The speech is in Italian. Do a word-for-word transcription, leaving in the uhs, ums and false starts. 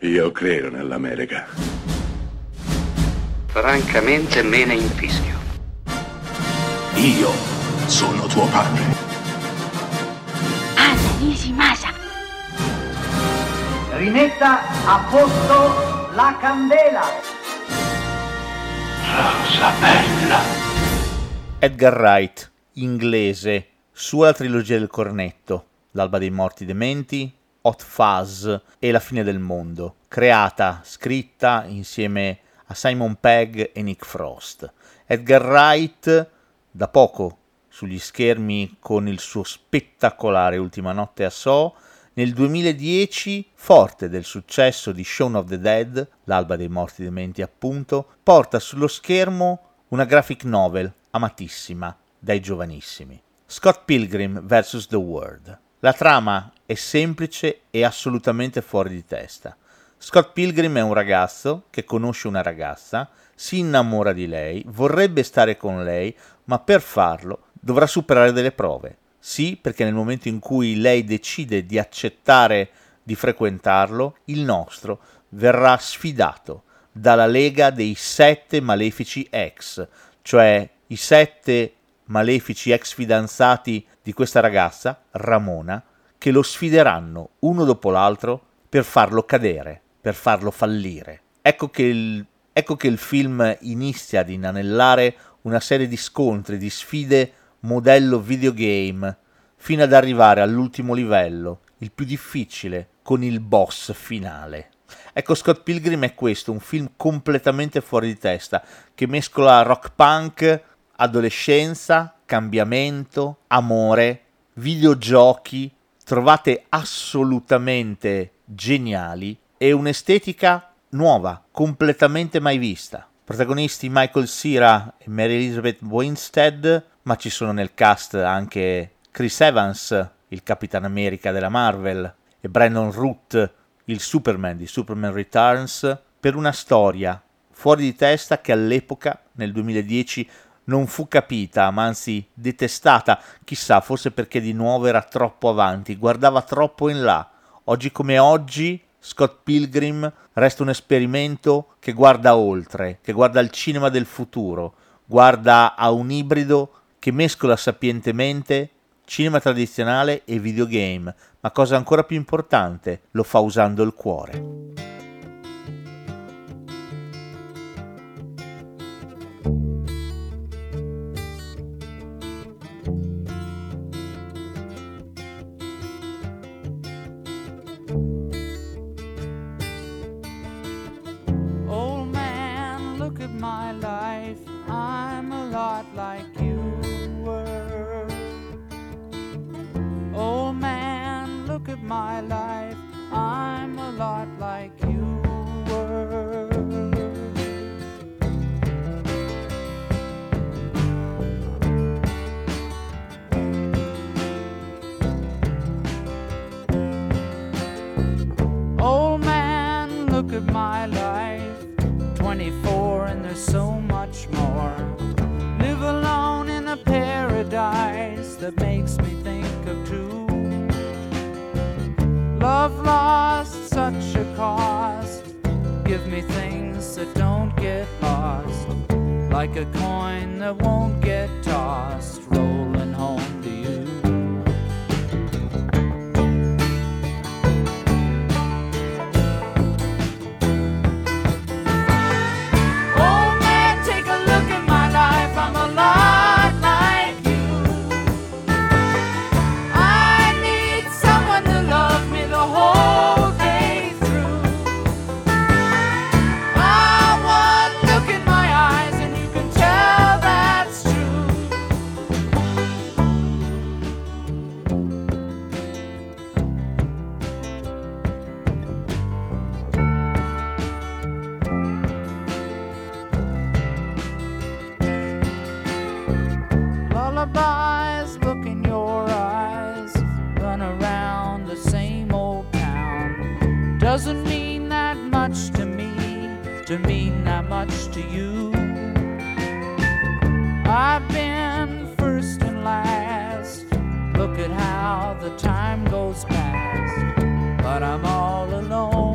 Io credo nell'America. Francamente me ne infischio. Io sono tuo padre. Anna Nishimasa. Rimetta a posto la candela. Rosa bella. Edgar Wright, inglese, sua trilogia del cornetto, L'alba dei morti dementi, Hot Fuzz e La fine del mondo, creata, scritta insieme a Simon Pegg e Nick Frost. Edgar Wright, da poco sugli schermi con il suo spettacolare Ultima notte a Soho, nel duemiladieci, forte del successo di Shaun of the Dead, L'alba dei morti dementi appunto, porta sullo schermo una graphic novel amatissima dai giovanissimi. Scott Pilgrim versus the World. La trama è semplice e assolutamente fuori di testa. Scott Pilgrim è un ragazzo che conosce una ragazza, si innamora di lei, vorrebbe stare con lei, ma per farlo dovrà superare delle prove. Sì, perché nel momento in cui lei decide di accettare di frequentarlo, il nostro verrà sfidato dalla lega dei sette malefici ex, cioè i sette malefici ex fidanzati di questa ragazza, Ramona, che lo sfideranno uno dopo l'altro per farlo cadere, per farlo fallire. Ecco che il, ecco che il film inizia ad inanellare una serie di scontri, di sfide modello videogame, fino ad arrivare all'ultimo livello, il più difficile, con il boss finale. Ecco, Scott Pilgrim è questo, un film completamente fuori di testa, che mescola rock punk, adolescenza, cambiamento, amore, videogiochi, trovate assolutamente geniali e un'estetica nuova, completamente mai vista. Protagonisti Michael Cera e Mary Elizabeth Winstead, ma ci sono nel cast anche Chris Evans, il Capitan America della Marvel, e Brandon Root, il Superman di Superman Returns, per una storia fuori di testa che all'epoca, nel duemiladieci, non fu capita, ma anzi detestata, chissà, forse perché di nuovo era troppo avanti, guardava troppo in là. Oggi come oggi, Scott Pilgrim resta un esperimento che guarda oltre, che guarda al cinema del futuro, guarda a un ibrido che mescola sapientemente cinema tradizionale e videogame, ma cosa ancora più importante, lo fa usando il cuore. My life, I'm a lot like you were. Old man, look at my life, I'm a lot like you were. Old man, look at my life, twenty-four and there's so much more. Live alone in a paradise that makes me think of two. Love lost, such a cost. Give me things that don't get lost, like a coin that won't get tossed, rolling home to you. Lullabies, look in your eyes, run around the same old town. Doesn't mean that much to me, to mean that much to you. I've been first and last, look at how the time goes past, but I'm all alone.